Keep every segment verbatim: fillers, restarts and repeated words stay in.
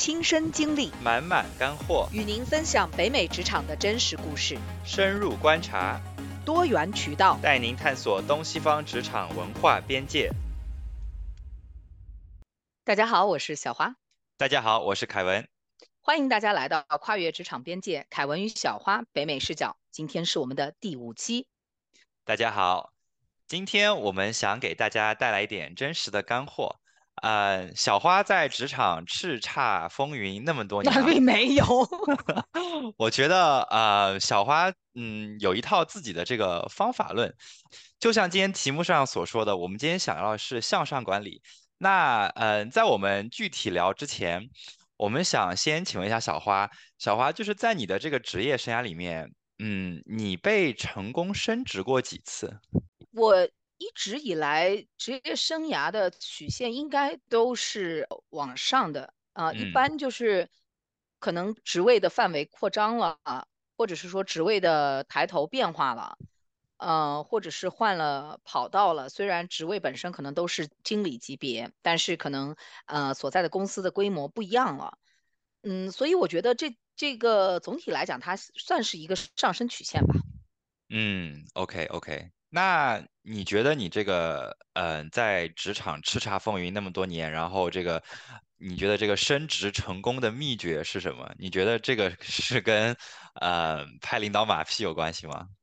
亲身经历， 满满干货， 与您分享北美职场的真实故事， 深入观察， 多元渠道， 带您探索东西方职场文化边界。 大家好，我是小花。 大家好，我是凯文。 欢迎大家来到跨越职场边界，凯文与小花北美视角。今天是我们的第五期。 大家好，今天我们想给大家带来一点真实的干货。呃，小花在职场叱咤风云那么多年那啊， 并没有。 我觉得呃，小花嗯有一套自己的这个方法论，就像今天题目上所说的，我们今天想要的是向上管理。那呃，在我们具体聊之前，我们想先请问一下小花，小花就是在你的这个职业生涯里面，嗯，你被成功升职过几次？ 我一直以来职业生涯的曲线应该都是往上的啊、呃一嗯般就是可能职位的范围扩张了啊，或者是说职位的抬头变化了，呃，或者是换了跑道了。虽然职位本身可能都是经理级别，但是可能呃所在的公司的规模不一样了。嗯，所以我觉得这这个总体来讲，它算是一个上升曲线吧。 嗯，OK OK，那你觉得你这个呃在职场叱咤风云那么多年，然后这个你觉得这个升职成功的秘诀是什么？你觉得这个是跟呃拍领导马屁有关系吗？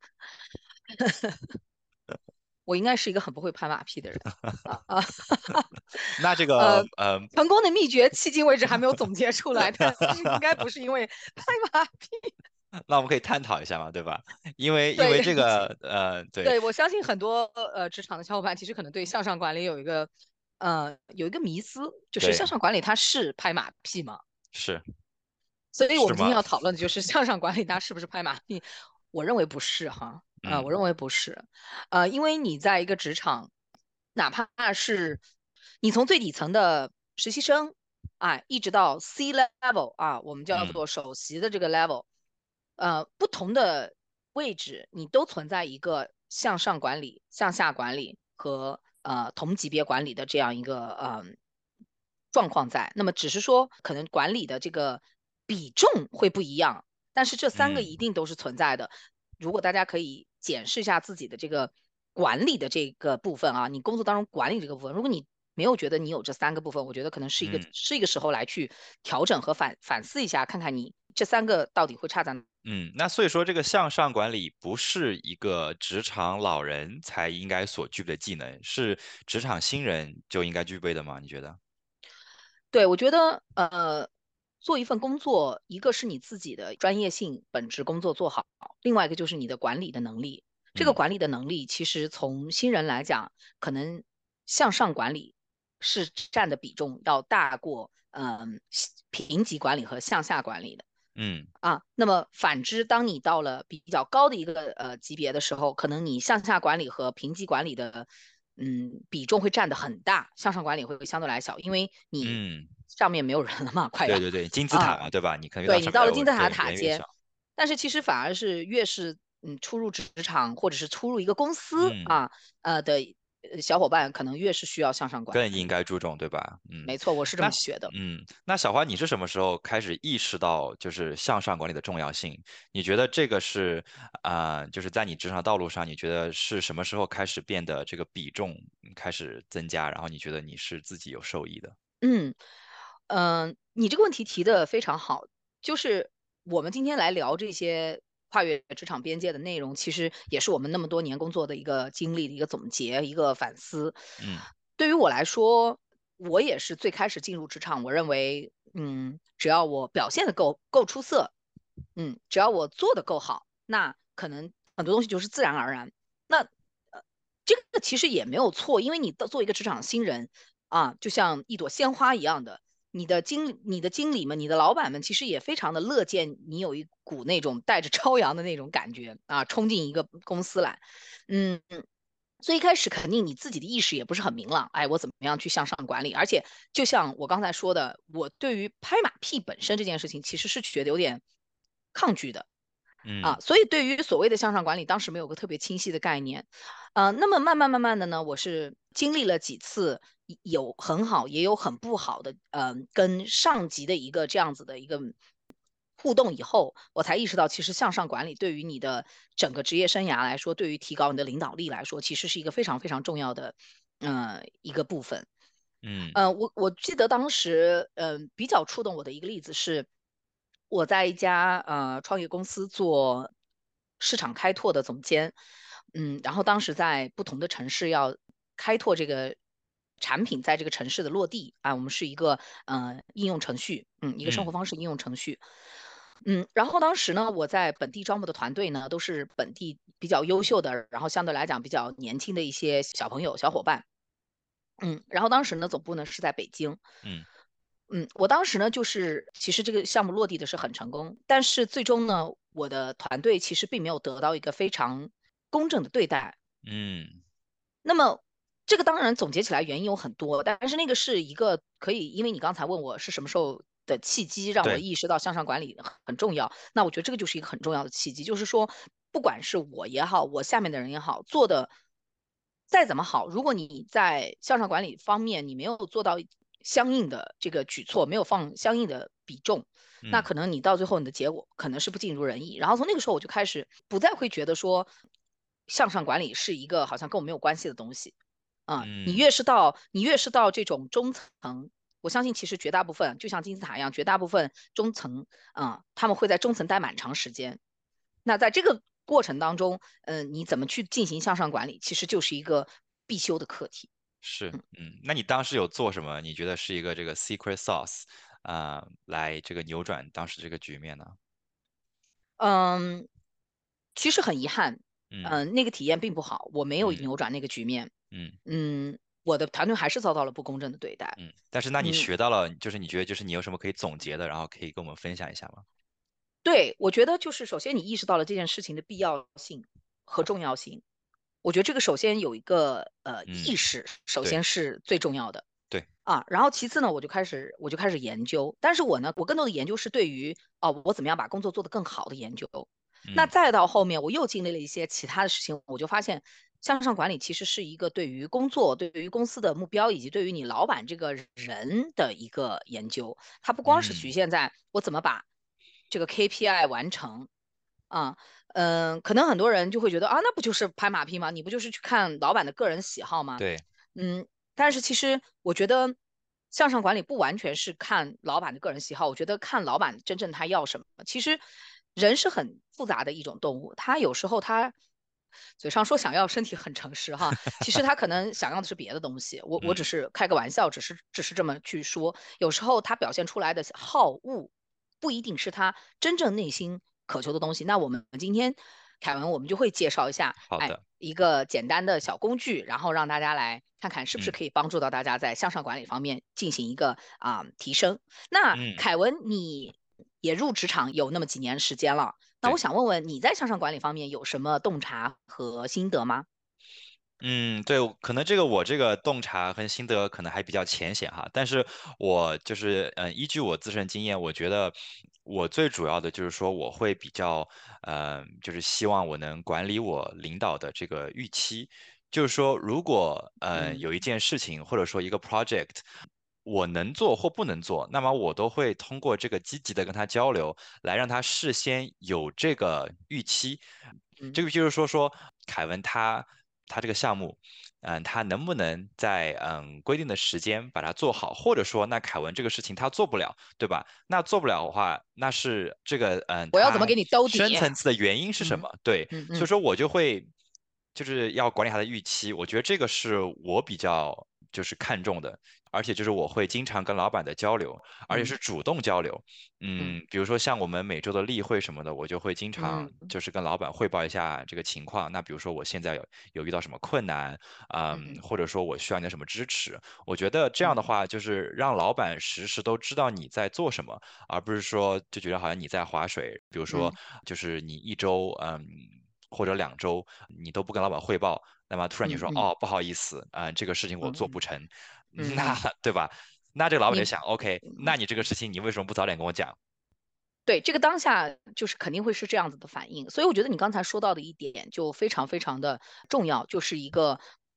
我应该是一个很不会拍马屁的人啊啊。 那这个呃， 呃， 成功的秘诀迄今为止还没有总结出来，但是应该不是因为拍马屁。 那我们可以探讨一下嘛，对吧？因为因为对， 这个呃，对， 对，我相信很多呃职场的小伙伴其实可能对向上管理有一个呃有一个迷思，就是对， 向上管理它是拍马屁吗？ 是所以我是吗？ 们今天要讨论的就是向上管理它是不是拍马屁？我认为不是哈，呃，我嗯认为不是，呃，因为你在一个职场，哪怕是你从最底层的实习生啊，一直到 C level 啊，我们叫嗯做首席的这个 level，呃，不同的位置你都存在一个向上管理、向下管理和呃同级别管理的这样一个呃状况在。那么只是说可能管理的这个比重会不一样，但是这三个嗯一定都是存在的。如果大家可以检视一下自己的这个管理的这个部分啊，你工作当中管理这个部分，如果你没有觉得你有这三个部分，我觉得可能是一个嗯。 是一个时候来去调整和反反思一下，看看你这三个到底会差在哪。 嗯，那所以说这个向上管理不是一个职场老人才应该所具备的技能，是职场新人就应该具备的吗？你觉得？ 对，我觉得呃，做一份工作，一个是你自己的专业性本职工作做好，另外一个就是你的管理的能力。这个嗯管理的能力，其实从新人来讲，可能向上管理是占的比重要大过嗯、平级管理和向下管理的。 嗯啊，那么反之，当你到了比较高的一个呃级别的时候，可能你向下管理和评级管理的嗯比重会占得很大，向上管理会相对来小，因为你嗯， 上面没有人了嘛，快要对对对，金字塔啊， 嘛，对吧？你可能越到对你上面的， 到了金字塔对， 塔尖， 人越小。 但是其实反而是越是嗯初入职场或者是初入一个公司嗯， 啊呃的呃小伙伴，可能越是需要向上管更应理。 该注重，对吧？嗯， 没错，我是这么那学的。 嗯，那小花，你是什么时候开始意识到就是向上管理的重要性？你觉得这个是啊、就是在你职场道路上，你觉得是什么时候开始变得这个比重开始增加，然后你觉得你是自己有受益的？ 嗯嗯、呃你这个问题提的非常好，就是我们今天来聊这些跨越职场边界的内容，其实也是我们那么多年工作的一个经历的一个总结，一个反思。 嗯对于我来说，我也是最开始进入职场，我认为，嗯，只要我表现的够够出色，嗯，只要我做的够好，那可能很多东西就是自然而然。那呃，这个其实也没有错，因为你做一个职场新人。啊，就像一朵鲜花一样的，你的经你的经理们、你的老板们，其实也非常的乐见你有一股那种带着朝阳的那种感觉啊，冲进一个公司来，嗯。所以一开始肯定你自己的意识也不是很明朗，哎，我怎么样去向上管理？而且就像我刚才说的，我对于拍马屁本身这件事情其实是觉得有点抗拒的。啊， 嗯所以对于所谓的向上管理，当时没有个特别清晰的概念，呃，那么慢慢慢慢的呢，我是经历了几次， 有很好，也有很不好的，嗯、呃，跟上级的一个这样子的一个互动以后，我才意识到，其实向上管理对于你的整个职业生涯来说，对于提高你的领导力来说，其实是一个非常非常重要的，呃，一个部分。 嗯呃，我我记得当时，嗯、呃，比较触动我的一个例子是，我在一家呃创业公司做市场开拓的总监，嗯，然后当时在不同的城市要开拓这个产品在这个城市的落地啊，我们是一个呃应用程序，嗯，一个生嗯活方式应用程序，嗯，然后当时呢，我在本地招募的团队呢，都是本地比较优秀的，然后相对来讲比较年轻的一些小朋友、小伙伴。嗯，然后当时呢，总部呢是在北京。 嗯嗯，我当时呢，就是其实这个项目落地的是很成功，但是最终呢，我的团队其实并没有得到一个非常公正的对待。 嗯， 那么这个当然总结起来原因有很多，但是那个是一个可以，因为你刚才问我是什么时候的契机让我对， 意识到向上管理很很重要，那我觉得这个就是一个很重要的契机，就是说，不管是我也好，我下面的人也好，做的再怎么好，如果你在向上管理方面你没有做到相应的这个举措，没有放相应的比重，那嗯可能你到最后你的结果可能是不尽如人意。然后从那个时候我就开始不再会觉得说向上管理是一个好像跟我没有关系的东西。啊，你嗯越是到你越是到这种中层，我相信其实绝大部分就像金字塔一样，绝大部分中层，啊、他们会在中层待蛮长时间。那在这个过程当中，嗯、呃你怎么去进行向上管理，其实就是一个必修的课题。 是， 嗯嗯，那你当时有做什么？你觉得是一个这个 secret sauce 啊、来这个扭转当时这个局面呢？ 嗯，其实很遗憾， 嗯嗯、那个体验并不好，我没有嗯扭转那个局面。 嗯嗯，我的团队还是遭到了不公正的对待。 嗯，但是那你嗯， 学到了，就是你觉得就是你有什么可以总结的，然后可以跟我们分享一下吗？ 对，我觉得就是首先你意识到了这件事情的必要性和重要性，我觉得这个首先有一个呃意嗯， 识，首对先是最重要的对， 啊。然后其次呢，我就开始我就开始研究，但是我呢，我更多的研究是对于哦，我怎么样把工作做得更好的研究。那嗯再到后面，我又经历了一些其他的事情，我就发现向上管理其实是一个对于工作、对于公司的目标以及对于你老板这个人的一个研究。它不光是局嗯， 限在我怎么把这个 K P I 完成啊，嗯，可能很多人就会觉得啊，那不就是拍马屁吗？你不就是去看老板的个人喜好吗？ 对， 嗯，但是其实我觉得向上管理不完全是看老板的个人喜好，我觉得看老板真正他要什么。其实人是很复杂的一种动物，他有时候他嘴上说想要，身体很诚实哈，其实他可能想要的是别的东西。我我只嗯是开个玩笑，只是只是这么去说。有时候他表现出来的好恶，不一定是他真正内心渴求的东西。那我们今天凯文，我们就会介绍一下，哎， 好的， 一个简单的小工具，然后让大家来看看是不是嗯可以帮助到大家在向上管理方面进行一个啊、提升。那嗯， 凯文，你也入职场有那么几年时间了，那我对。 想问问你在向上管理方面有什么洞察和心得吗？ 嗯，对，可能这个我这个洞察和心得可能还比较浅显哈，但是我就是嗯，依据我自身经验，我觉得我最主要的就是说我会比较呃，就是希望我能管理我领导的这个预期，就是说如果呃嗯有一件事情或者说一个 project。我能做或不能做，那么我都会通过这个积极的跟他交流，来让他事先有这个预期。这嗯个就是说说凯文他他这个项目，嗯，他能不能在嗯规定的时间把它做好，或者说那凯文这个事情他做不了，对吧？那做不了的话，那是这个嗯他我要怎么给你兜底？ 深层次的原因是什嗯么？对， 嗯嗯所以说我就会就是要管理他的预期，我觉得这个是我比较就是看重的。而且就是我会经常跟老板的交流，而且嗯是主动交流。 嗯嗯，比如说像我们每周的例会什么的，我就会经常嗯就是跟老板汇报一下这个情况。那比如说我现在有有遇到什么困难，嗯， 嗯或者说我需要你的什么支持，我觉得这样的嗯话就是让老板时时都知道你在做什么，而不是说就觉得好像你在划水。比如说嗯就是你一周，嗯。或者两周，你都不跟老板汇报，那么突然你说， 嗯嗯哦，不好意思，啊、这个事情我做嗯不成，那嗯嗯， 对吧？那这个老板就你想，OK，那你这个事情你为什么不早点跟我讲？ 对，这个当下就是肯定会是这样子的反应，所以我觉得你刚才说到的一点就非常非常的重要，就是一个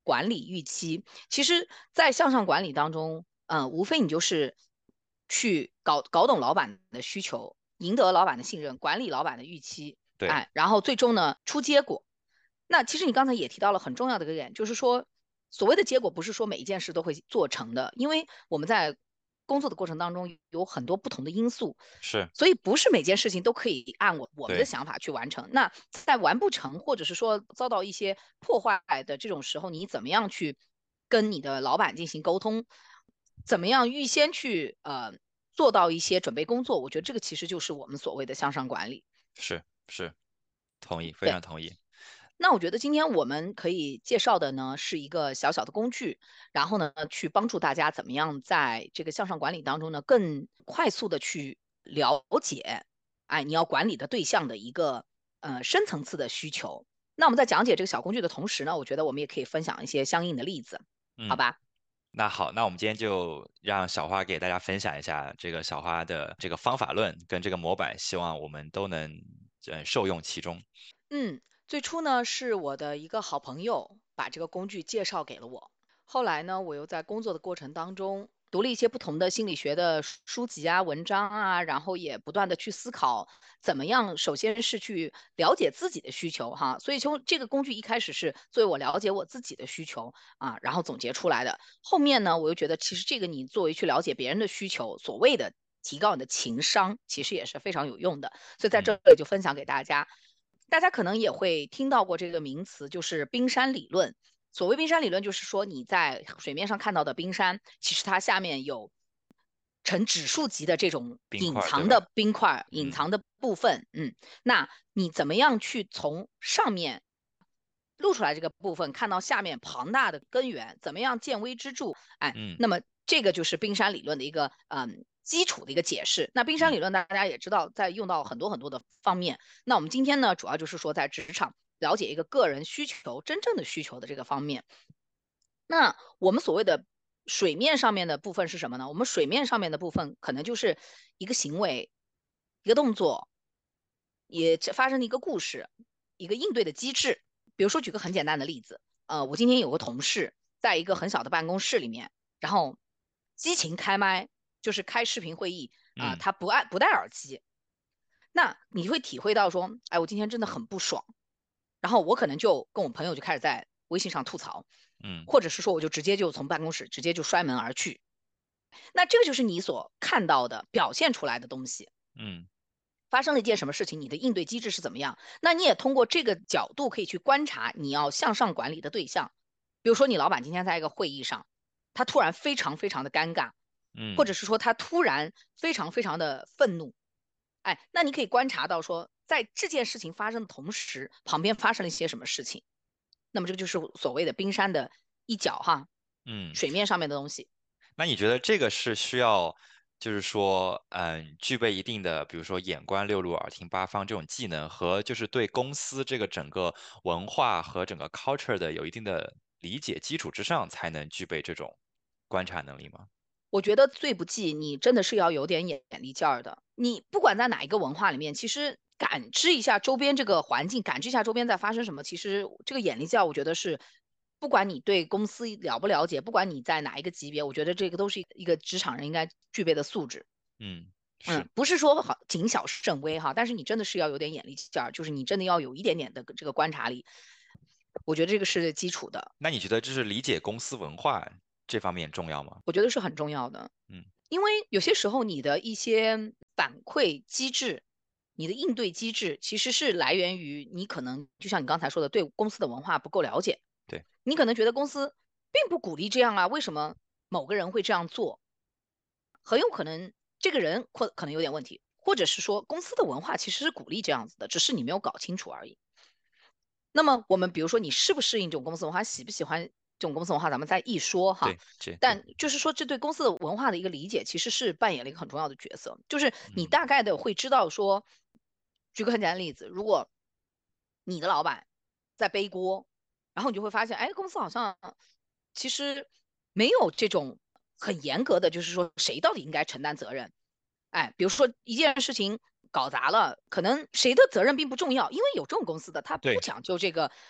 管理预期。其实，在向上管理当中，嗯、呃，无非你就是去搞搞懂老板的需求，赢得老板的信任，管理老板的预期， 对， 哎，然后最终呢出结果。那其实你刚才也提到了很重要的一个点，就是说，所谓的结果不是说每一件事都会做成的，因为我们在工作的过程当中有很多不同的因素， 是， 所以不是每件事情都可以按我我们的对， 想法去完成。那在完不成，或者是说遭到一些破坏的这种时候，你怎么样去跟你的老板进行沟通？怎么样预先去呃做到一些准备工作？我觉得这个其实就是我们所谓的向上管理。 是是，同意，非对。 常同意。 那我觉得今天我们可以介绍的呢，是一个小小的工具，然后呢，去帮助大家怎么样在这个向上管理当中呢，更快速的去了解，哎，你要管理的对象的一个呃深层次的需求。那我们在讲解这个小工具的同时呢，我觉得我们也可以分享一些相应的例子，好嗯。 吧？ 那好，那我们今天就让小花给大家分享一下这个小花的这个方法论跟这个模板，希望我们都能呃受用其中。 嗯，最初呢是我的一个好朋友把这个工具介绍给了我，后来呢我又在工作的过程当中读了一些不同的心理学的书书籍啊、文章啊，然后也不断的去思考怎么样，首先是去了解自己的需求哈，所以从这个工具一开始是作为我了解我自己的需求啊，然后总结出来的。后面呢，我又觉得其实这个你作为去了解别人的需求，所谓的提高你的情商，其实也是非常有用的。所以在这嗯里就分享给大家。大家可能也会听到过这个名词，就是冰山理论。所谓冰山理论，就是说你在水面上看到的冰山，其实它下面有成指数级的这种冰块儿对吧？ 隐藏的冰块、隐嗯藏的部分。嗯，那你怎么样去从上面露出来这个部分，看到下面庞大的根源，怎么样见微知著？哎， 嗯那么这个就是冰山理论的一个嗯基础的一个解释。那冰山嗯理论大家也知道，在用到很多很多的方面。那我们今天呢，主要就是说在职场了解一个个人需求真正的需求的这个方面。那我们所谓的水面上面的部分是什么呢？我们水面上面的部分可能就是一个行为、一个动作，也发生的一个故事，一个应对的机制。比如说，举个很简单的例子，呃，我今天有个同事在一个很小的办公室里面，然后激情开麦，就是开视频会议啊、呃嗯他不按不戴耳机，那你会体会到说，哎，我今天真的很不爽，然后我可能就跟我朋友就开始在微信上吐槽， 嗯或者是说我就直接就从办公室直接就摔门而去。那这个就是你所看到的表现出来的东西。 嗯发生了一件什么事情，你的应对机制是怎么样？那你也通过这个角度可以去观察你要向上管理的对象。比如说，你老板今天在一个会议上，他突然非常非常的尴尬，或嗯者是说他突然非常非常的愤怒，哎，那你可以观察到说，在这件事情发生的同时，旁边发生了一些什么事情。那么这个就是所谓的冰山的一角哈， 嗯。 水面上面的东西。 那你觉得这个是需要，就是说，嗯，具备一定的，比如说眼观六路、耳听八方这种技能，和就是对公司这个整个文化和整个 culture 的有一定的理解基础之上，才能具备这种观察能力吗？ 我觉得最不济，你真的是要有点眼力劲儿的。你不管在哪一个文化里面，其实感知一下周边这个环境，感知一下周边在发生什么，其实这个眼力劲儿，我觉得是，不管你对公司了不了解，不管你在哪一个级别，我觉得这个都是一个职场人应该具备的素质。 嗯，是。 嗯，不是说好谨小慎微哈，但是你真的是要有点眼力劲儿，就是你真的要有一点点的这个观察力，我觉得这个是基础的， 那你觉得就是理解公司文化这方面重要吗？ 我觉得是很重要的。 嗯因为有些时候你的一些反馈机制，你的应对机制其实是来源于你可能就像你刚才说的，对公司的文化不够了解， 对， 你可能觉得公司并不鼓励这样啊，为什么某个人会这样做？很有可能这个人或可能有点问题，或者是说公司的文化其实是鼓励这样子的，只是你没有搞清楚而已。那么我们比如说你适不适应这种公司文化，喜不喜欢这种公司文化，咱们再一说哈。 对，这对， 但就是说，这对公司的文化的一个理解，其实是扮演了一个很重要的角色。就是你嗯大概的会知道说，举个很简单的例子，如果你的老板在背锅，然后你就会发现，哎，公司好像其实没有这种很严格的，就是说谁到底应该承担责任。哎，比如说一件事情搞砸了，可能谁的责任并不重要，因为有这种公司的，他不对， 讲究这个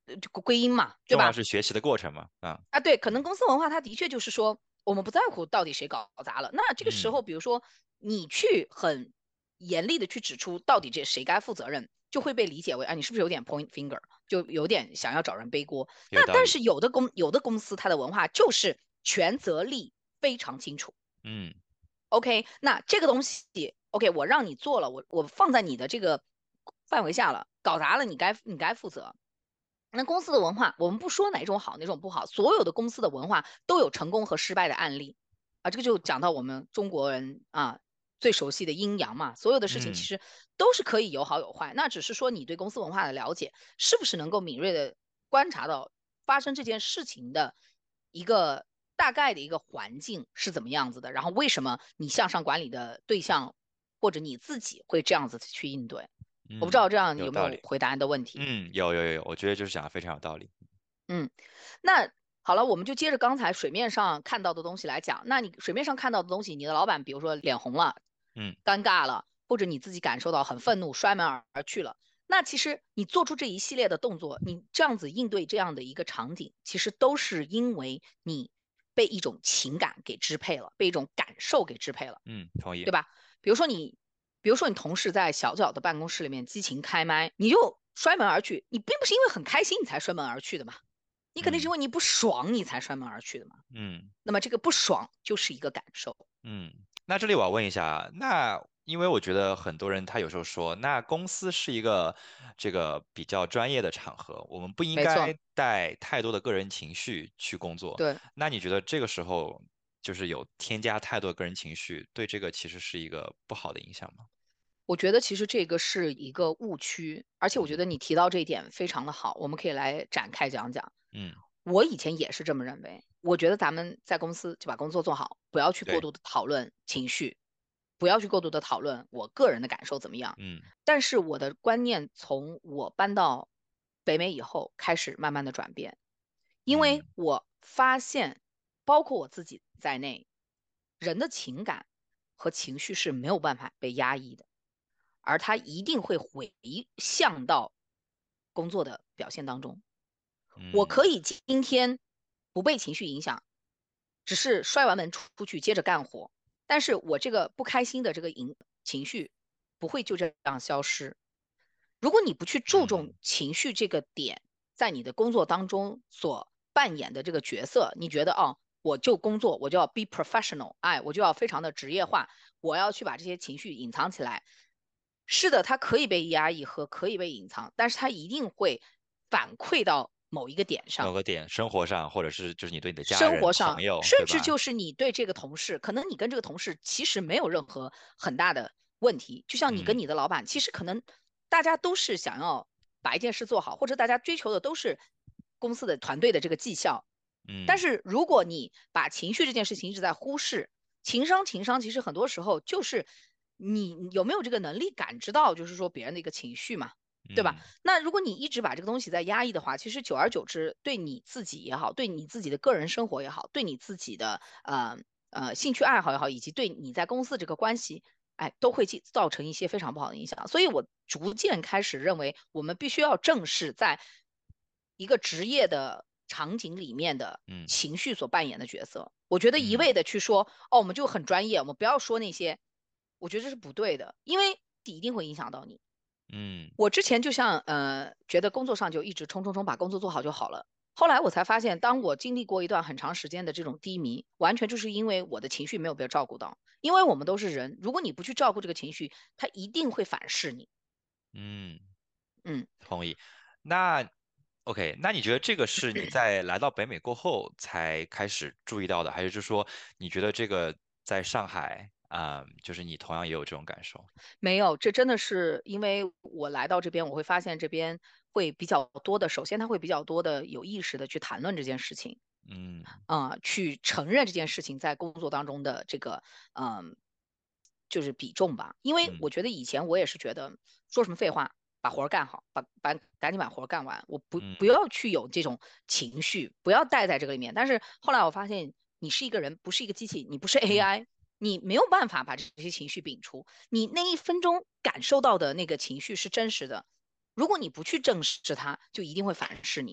呃就归因嘛，对重要吧？ 是学习的过程嘛，啊， 啊，对，可能公司文化它的确就是说，我们不在乎到底谁搞砸了。那这个时嗯候，比如说你去很严厉的去指出到底这谁该负责任，就会被理解为，啊，你是不是有点 point finger，就有点想要找人背锅。那有道理， 但是有的公有的公司它的文化就是权责利非常清楚。 嗯 OK，那这个东西，OK，我让你做了，我我放在你的这个范围下了，搞砸了你该你该负责。那公司的文化，我们不说哪种好，哪种不好，所有的公司的文化都有成功和失败的案例啊。这个就讲到我们中国人啊最熟悉的阴阳嘛，所有的事情其嗯实都是可以有好有坏，那只是说你对公司文化的了解是不是能够敏锐的观察到发生这件事情的一个大概的一个环境是怎么样子的，然后为什么你向上管理的对象或者你自己会这样子去应对。我不知嗯， 道这样有没有道理， 有回答你的问题。 嗯，有有有有，我觉得就是讲的非常有道理， 嗯，那好了，我们就接着刚才水面上看到的东西来讲。那你水面上看到的东西，你的老板比如说脸红了、 嗯尴尬了，或者你自己感受到很愤怒，摔门而而去了。那其实你做出这一系列的动作，你这样子应对这样的一个场景，其实都是因为你被一种情感给支配了，被一种感受给支配了。 嗯，同意， 对吧？比如说你，比如说你同事在小小的办公室里面激情开麦，你就摔门而去，你并不是因为很开心你才摔门而去的嘛，你肯定是嗯因为你不爽你才摔门而去的嘛。 嗯。 那么这个不爽就是一个感受。 嗯，那这里我要问一下啊，那因为我觉得很多人他有时候说，那公司是一个这个比较专业的场合，我们不应没错。 该带太多的个人情绪去工作。 对。 那你觉得这个时候就是有添加太多的个人情绪，对这个其实是一个不好的影响吗？ 我觉得其实这个是一个误区，而且我觉嗯得你提到这一点非常的好，我们可以来展开讲讲。 嗯， 我以前也是这么认为，我觉得咱们在公司就把工作做好，不要去过对， 度的讨论情绪，不要去过度的讨论我个人的感受怎么样。 嗯但是我的观念从我搬到北美以后开始慢慢的转变，因为嗯我发现，包括我自己在内，人的情感和情绪是没有办法被压抑的。而他一定会回向到工作的表现当中。我嗯可以今天不被情绪影响，只是摔完门出去接着干活，但是我这个不开心的这个影情绪不会就这样消失。如果你不去注重嗯情绪这个点，在你的工作当中所扮演的这个角色，你觉得哦，我就工作，我就要 be professional，哎，我就要非常的职业化，我要去把这些情绪隐藏起来。是的，它可以被压抑和可以被隐藏，但是它一定会反馈到某一个点上。 某个点，生活上或者是就是你对你的家人、 生活上， 朋友， 甚对吧？ 至就是你对这个同事，可能你跟这个同事其实没有任何很大的问题，就像你跟嗯你的老板，其实可能大家都是想要把一件事做好，或者大家追求的都是公司的团队的这个绩效。但嗯是如果你把情绪这件事情一直在忽视，情商情商其实很多时候就是你有没有这个能力感知到，就是说别人的一个情绪嘛，对吧？ 嗯那如果你一直把这个东西在压抑的话，其实久而久之，对你自己也好，对你自己的个人生活也好，对你自己的呃呃兴趣爱好也好，以及对你在公司这个关系，哎，都会造造成一些非常不好的影响。所以我逐渐开始认为，我们必须要正视在一个职业的场景里面的嗯情绪所扮演的角色。我觉得一嗯味的去说，哦，我们就很专业，我们不要说那些，我觉得这是不对的，因为一定会影响到你。 嗯我之前就像呃，觉得工作上就一直冲冲冲，把工作做好就好了。后来我才发现，当我经历过一段很长时间的这种低迷，完全就是因为我的情绪没有被照顾到。因为我们都是人，如果你不去照顾这个情绪，它一定会反噬你。 嗯。 嗯。 同意。那 OK，那你觉得这个是你在来到北美过后才开始注意到的，还是就说你觉得这个在上海啊，就是你同样也有这种感受？ 没有，这真的是因为我来到这边，我会发现这边会比较多的，首先他会比较多的有意识的去谈论这件事情。 嗯啊、呃去承认这件事情在工作当中的这个，嗯、就是比重吧。因为嗯我觉得以前我也是觉得说什么废话，把活儿干好，把把赶紧把活儿干完，我不不嗯要去有这种情绪，不要带在这个里面。但是后来我发现，你是一个人，不是一个机器，你不是嗯 A I。你没有办法把这些情绪摒除，你那一分钟感受到的那个情绪是真实的。如果你不去正视它，就一定会反噬你。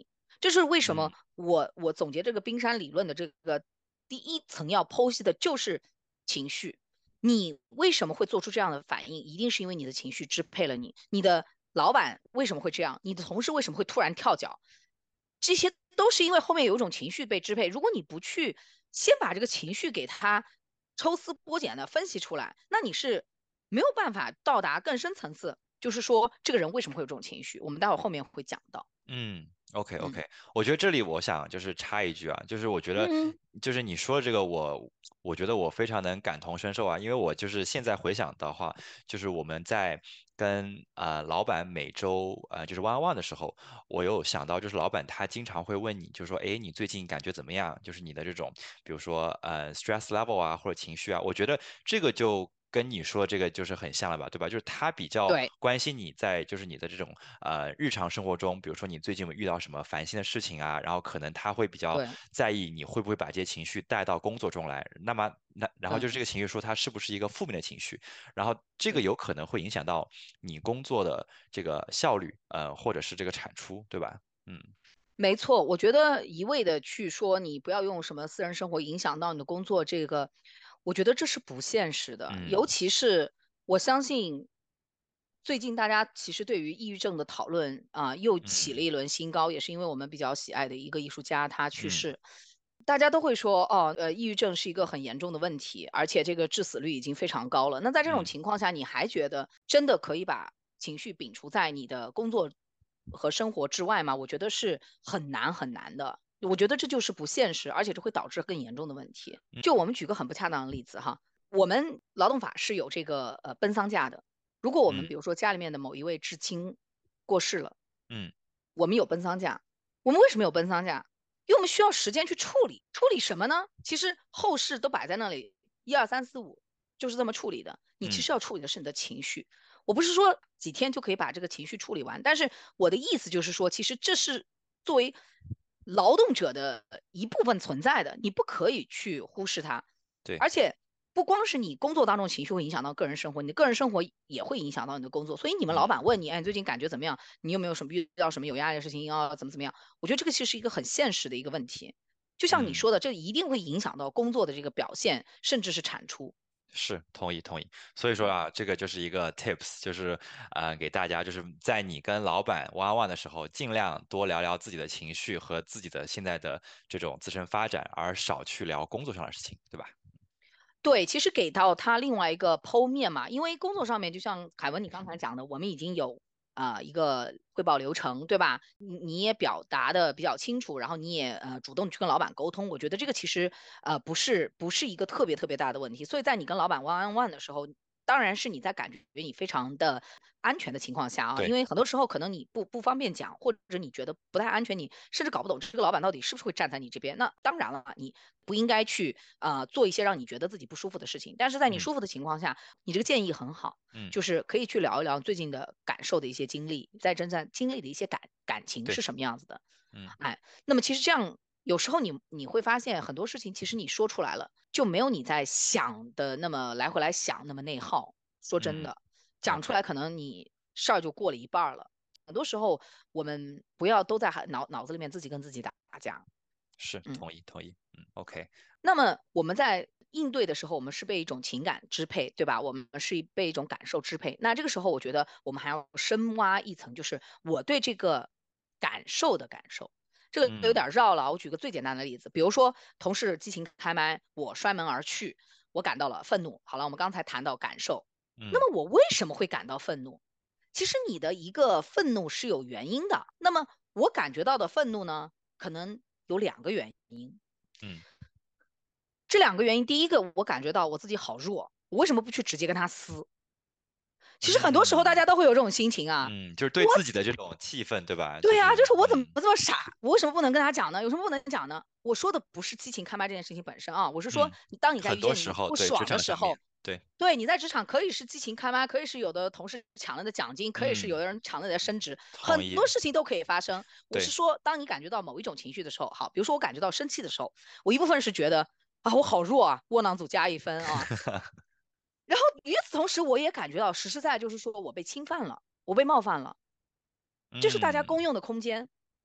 这是为什么嗯我我总结这个冰山理论的这个第一层要剖析的就是情绪。你为什么会做出这样的反应？一定是因为你的情绪支配了你。你的老板为什么会这样？你的同事为什么会突然跳脚？这些都是因为后面有一种情绪被支配。如果你不去先把这个情绪给它抽丝剥茧的分析出来，那你是没有办法到达更深层次，就是说这个人为什么会有这种情绪。我们待会儿后面会讲到。 嗯，OK 嗯 OK，我觉得这里我想就是插一句啊，就是我觉得嗯， 就是你说的这个我，我觉得我非常能感同身受啊，因为我就是现在回想的话，就是我们在跟呃老板每周呃就是 one on one 的时候，我有想到就是老板他经常会问你，就是说，哎，你最近感觉怎么样？就是你的这种，比如说呃 stress level 啊或者情绪啊，我觉得这个就。跟你说这个就是很像了吧，对吧？就是他比较对关心你在就是你的这种呃日常生活中，比如说你最近有遇到什么烦心的事情啊，然后可能他会比较对在意你会不会把这些情绪带到工作中来。那么那然后就是这对个情绪说它是不是一个负面的情绪，然后这个对。 有可能会影响到你工作的这个效率，呃，或者是这个产出，对吧？嗯没错，我觉得一味的去说你不要用什么私人生活影响到你的工作，这个我觉得这是不现实的。尤嗯其是我相信最近大家其实对于抑郁症的讨论啊，又起了嗯一轮新高，也是因为我们比较喜爱的一个艺术家他去嗯世，大家都会说哦，呃，抑郁症是一个很严重的问题，而且这个致死率已经非常高了。那在这种嗯情况下，你还觉得真的可以把情绪摒除在你的工作和生活之外吗？我觉得是很难很难的。我觉得这就是不现实，而且这会导致更严重的问题。 嗯就我们举个很不恰当的例子哈，我们劳动法是有这个呃奔丧假的。如果我们嗯比如说家里面的某一位至亲过世了， 嗯我们有奔丧假。我们为什么有奔丧假？因为我们需要时间去处理。处理什么呢？其实后事都摆在那里，一二三四五就是这么处理的。你其嗯实要处理的是你的情绪。我不是说几天就可以把这个情绪处理完，但是我的意思就是说，其实这是作为劳动者的一部分存在的，你不可以去忽视它。 对， 而且不光是你工作当中情绪会影响到个人生活，你的个人生活也会影响到你的工作。所以你们老嗯板问你，哎，你最近感觉怎么样？你有没有什么遇到什么有压力的事情啊？怎么怎么样？我觉得这个其实是一个很现实的一个问题。就像你嗯。 说的，这一定会影响到工作的这个表现，甚至是产出。 是同意同意，所以说啊，这个就是一个 tips，就是呃给大家就是在你跟老板 one on one 的时候，尽量多聊聊自己的情绪和自己的现在的这种自身发展，而少去聊工作上的事情，对吧？ 对，其实给到他另外一个剖面嘛，因为工作上面就像凯文你刚才讲的，我们已经有啊、呃一个汇报流程，对吧？你你也表达的比较清楚，然后你也呃主动去跟老板沟通，我觉得这个其实呃不是不是一个特别特别大的问题。所以在你跟老板 one on one 的时候，当然是你在感觉你非常的安全的情况下啊，因对， 为很多时候可能你不不方便讲，或者你觉得不太安全，你甚至搞不懂这个老板到底是不是会站在你这边。那当然了，你不应该去呃做一些让你觉得自己不舒服的事情。但是在你嗯舒服的情况下，你这个建议很好， 嗯就是可以去聊一聊最近的感受的一些经历，在正在经历的一些感感情对， 是什么样子的。 嗯哎，那么其实这样有时候你你会发现很多事情，其实你说出来了，就没有你在想的那么来回来想那么内耗。说真嗯的，讲出 ，OK， 来可能你事儿就过了一半儿了。很多时候我们不要都在脑脑子里面自己跟自己打架。 是嗯， 同意同意，嗯，OK， 那么我们在应对的时候，我们是被一种情感支配，对吧？我们是被一种感受支配。那这个时候，我觉得我们还要深挖一层，就是我对这个感受的感受。这个有嗯点绕了，我举个最简单的例子，比如说同事激情开麦，我摔门而去，我感到了愤怒。好了，我们刚才谈到感受，那嗯么我为什么会感到愤怒？其实你的一个愤怒是有原因的。那么我感觉到的愤怒呢，可能有两个原因。 嗯这两个原因，第一个我感觉到我自己好弱，我为什么不去直接跟他撕？其实很多时候大嗯家都会有这种心情啊。 嗯，就是对我自己的这种气愤，对吧？就对啊， 是就是我怎么嗯这么傻？我为什么不能跟他讲呢？有什么不能讲呢？我说的不是激情开麦这件事情本身啊，我是说， 嗯， 你当你在很遇见多时候你不爽的对职场时候， 上面对， 对，你在职场可以是激情开麦，可以是有的同事抢了的奖金，可以是有嗯， 的人抢了你的升职，很同意， 多事情都可以发生。我是对。 说，当你感觉到某一种情绪的时候，好，比如说我感觉到生气的时候，我一部分是觉得啊，我好弱啊，窝囊组加一分啊。然后与此同时，我也感觉到实实在在就是说我被侵犯了，我被冒犯了，这是大家嗯公用的空间，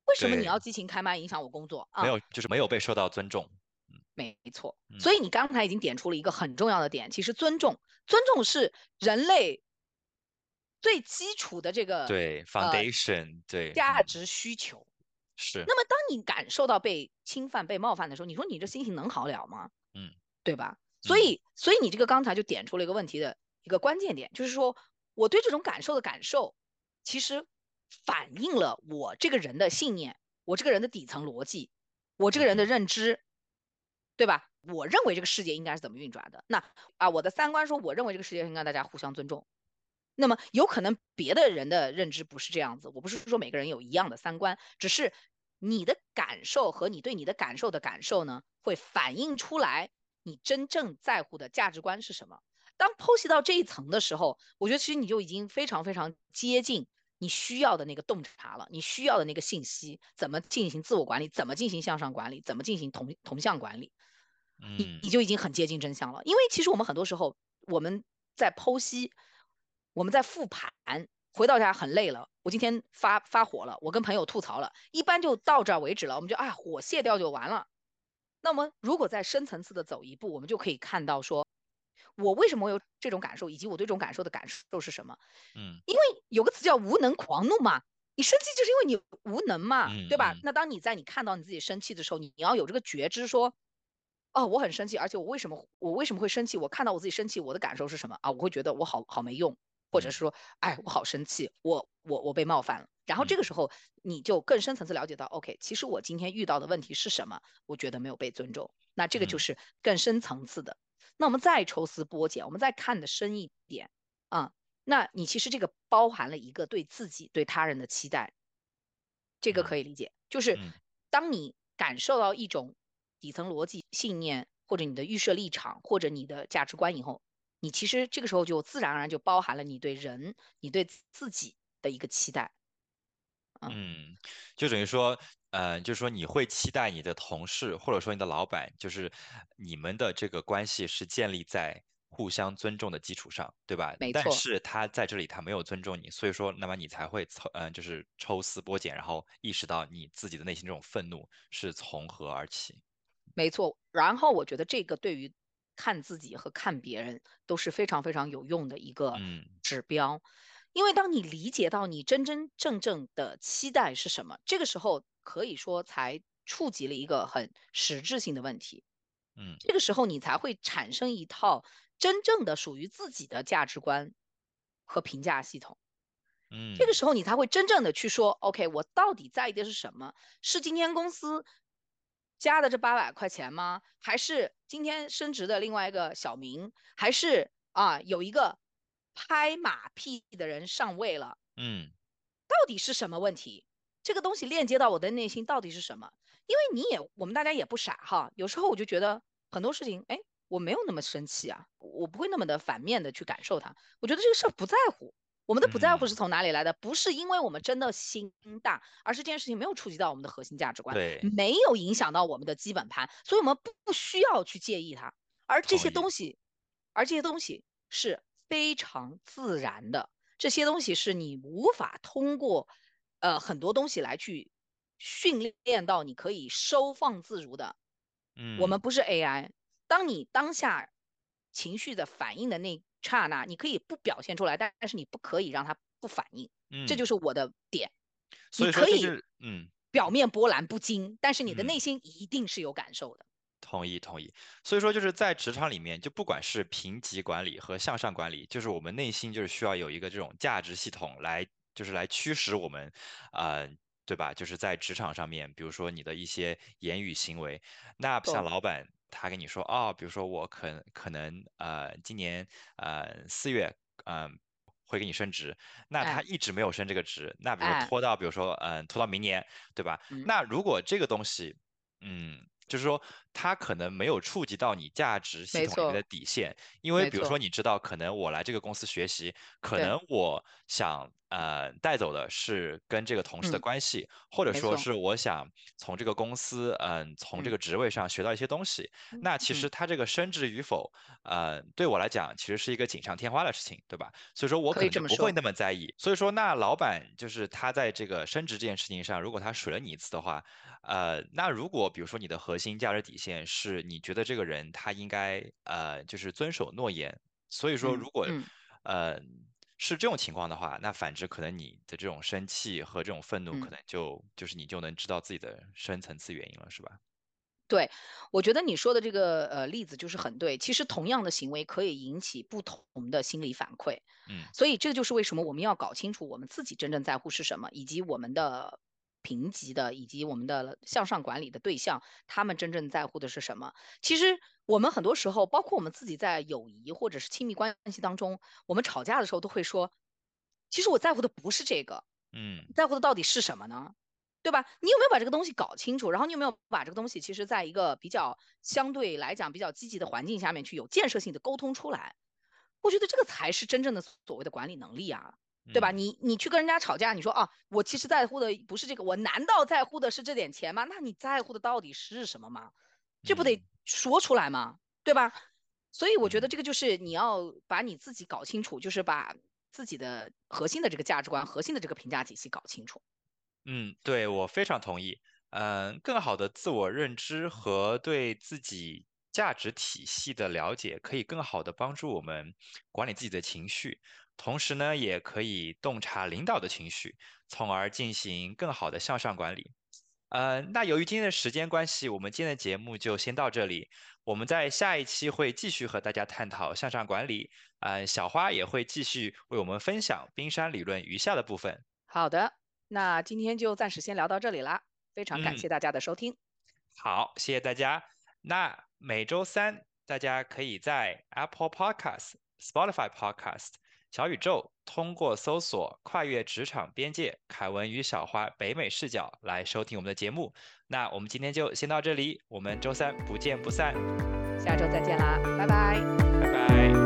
为什么你对， 要激情开麦影响我工作啊？ 没有就是没有被受到尊重。 没错，所嗯， 以你刚才已经点出了一个很重要的点，其实尊重，尊重是人类最基础的这个对呃 ，foundation，对，嗯， 价值需求。 是， 那么当你感受到被侵犯、被冒犯的时候，你说你这心情能好了吗？ 嗯对吧？所嗯以，所以你这个刚才就点出了一个问题的一个关键点，就是说我对这种感受的感受，其实反映了我这个人的信念，我这个人的底层逻辑，我这个人的嗯认知，对吧？我认为这个世界应该是怎么运转的。那啊，我的三观说，我认为这个世界应该大家互相尊重。那么有可能别的人的认知不是这样子，我不是说每个人有一样的三观，只是你的感受和你对你的感受的感受呢，会反映出来你真正在乎的价值观是什么。当剖析到这一层的时候，我觉得其实你就已经非常非常接近你需要的那个洞察了，你需要的那个信息，怎么进行自我管理，怎么进行向上管理，怎么进行同同向管理，你嗯你就已经很接近真相了。因为其实我们很多时候我们在剖析，我们在复盘，回到家很累了，我今天发发火了，我跟朋友吐槽了，一般就到这儿为止了，我们就啊火泄掉就完了。那么如果再深层次的走一步，我们就可以看到说，我为什么有这种感受，以及我对这种感受的感受是什么？ 嗯因为有个词叫无能狂怒嘛，你生气就是因为你无能嘛，对吧？ 嗯嗯那当你在你看到你自己生气的时候，你要有这个觉知说，哦，我很生气，而且我为什么我为什么会生气？我看到我自己生气，我的感受是什么啊？我会觉得我好好没用，或者嗯是说，哎，我好生气，我我我被冒犯了。然后这个嗯时候你就更深层次了解到，OK，其实我今天遇到的问题是什么？我觉得没有被尊重，那这个就嗯是更深层次的。那我们再抽丝剥茧，我们再看的深一点啊，那你其实这个包含了一个对自己、对他人的期待，这个可嗯以理解。就是嗯当你感受到一种底层逻辑、信念，或者你的预设立场，或者你的价值观以后，你其实这个时候就自然而然就包含了你对人、你对自己的一个期待啊。 嗯，就等于说，呃，就是说你会期待你的同事或者说你的老板，就是你们的这个关系是建立在互相尊重的基础上，对吧？ 没错， 但是他在这里他没有尊重你，所以说，那么你才会抽，嗯、就是抽丝剥茧，然后意识到你自己的内心这种愤怒是从何而起。 没错。然后我觉得这个对于看自己和看别人都是非常非常有用的一个嗯指标，因为当你理解到你真真正正的期待是什么，这个时候可以说才触及了一个很实质性的问题。 嗯这个时候你才会产生一套真正的属于自己的价值观和评价系统。这个嗯时候你才会真正的去说，OK，我到底在意的是什么？是今天公司加的这八百块钱吗？还是今天升职的另外一个小明？还是啊有一个拍马屁的人上位了？ 嗯到底是什么问题？这个东西链接到我的内心到底是什么？因为你也，我们大家也不傻哈，有时候我就觉得很多事情，哎，我没有那么生气啊，我不会那么的反面的去感受它。我觉得这个事儿不在乎，我们的不在乎是嗯， 从哪里来的？不是因为我们真的心大，而是这件事情没有触及到我们的核心价值观， 对， 没有影响到我们的基本盘，所以我们不不需要去介意它。而这同意。 些东西，而这些东西是非常自然的。这些东西是你无法通过呃很多东西来去训练到你可以收放自如的。我们嗯不是 A I，当你当下情绪的反应的那刹那，你可以不表现出来，但是你不可以让它不反应，这就嗯， 是我的点。你所以说可以就是嗯表面波澜不惊，但是你的内嗯。 心一定是有感受的。 同意同意，所以说就是在职场里面，就不管是评级管理和向上管理，就是我们内心就是需要有一个这种价值系统来，就是来驱使我们，呃，对吧？就是在职场上面，比如说你的一些言语行为，那像错， 老板他跟你说，哦，比如说我可可能呃今年呃四月，嗯、会给你升职，那他哎一直没有升这个职，那比如说哎， 拖到，比如说嗯、呃拖到明年，对吧？ 嗯， 那如果这个东西，嗯，就是说，它可能没有触及到你价值系统里面的没错， 底线，因为比如说， 没错， 你知道，可能我来这个公司学习，可对， 能我想呃带走的是跟这个同事的嗯， 关系，或者没错， 说是我想从这个公司嗯、从这嗯个职位上学到一些东西。 嗯那其实嗯， 他这个升职与否，呃，对我来讲其实是一个锦上添花的事情，对吧？所以说我可可以能就这么说。 不会那么在意。所以说，那老板就是他在这个升职这件事情上，如果他水了你一次的话，呃，那如果比如说你的核心价值底线是你觉得这个人他应该呃就是遵守诺言，所以说如果嗯嗯呃是这种情况的话，那反之可能你的这种生气和这种愤怒，可嗯。 能就就是你就能知道自己的深层次原因了，是吧？ 对，我觉得你说的这个呃例子就是很对。其实同样的行为可以引起不同的心理反馈， 嗯所以这就是为什么我们要搞清楚我们自己真正在乎是什么，以及我们的评级的以及我们的向上管理的对象，他们真正在乎的是什么。其实我们很多时候，包括我们自己在友谊或者是亲密关系当中，我们吵架的时候都会说，其实我在乎的不是这个， 嗯在乎的到底是什么呢？对吧？你有没有把这个东西搞清楚？然后你有没有把这个东西，其实在一个比较相对来讲比较积极的环境下面去有建设性的沟通出来？我觉得这个才是真正的所谓的管理能力啊，对吧？ 嗯你你去跟人家吵架，你说啊，我其实在乎的不是这个，我难道在乎的是这点钱吗？那你在乎的到底是什么吗？这不得嗯说出来吗？对吧？所以我觉得嗯。 这个就是你要把你自己搞清楚，就是把自己的核心的这个价值观、核心的这个评价体系搞清楚。 嗯，对，我非常同意。嗯，更好的自我认知和对自己价值体系的了解，可以更好的帮助我们管理自己的情绪，同时呢，也可以洞察领导的情绪，从而进行更好的向上管理。呃，那由于今天的时间关系，我们今天的节目就先到这里。我们在下一期会继续和大家探讨向上管理，呃，小花也会继续为我们分享冰山理论余下的部分。 好的，那今天就暂时先聊到这里啦，非常感嗯。 谢大家的收听。 好，谢谢大家。那每周三大家可以在 Apple Podcast、Spotify Podcast、小宇宙通过搜索"跨越职场边界，凯文与小花北美视角"来收听我们的节目。那我们今天就先到这里，我们周三不见不散， 下周再见啦，拜拜。 拜拜。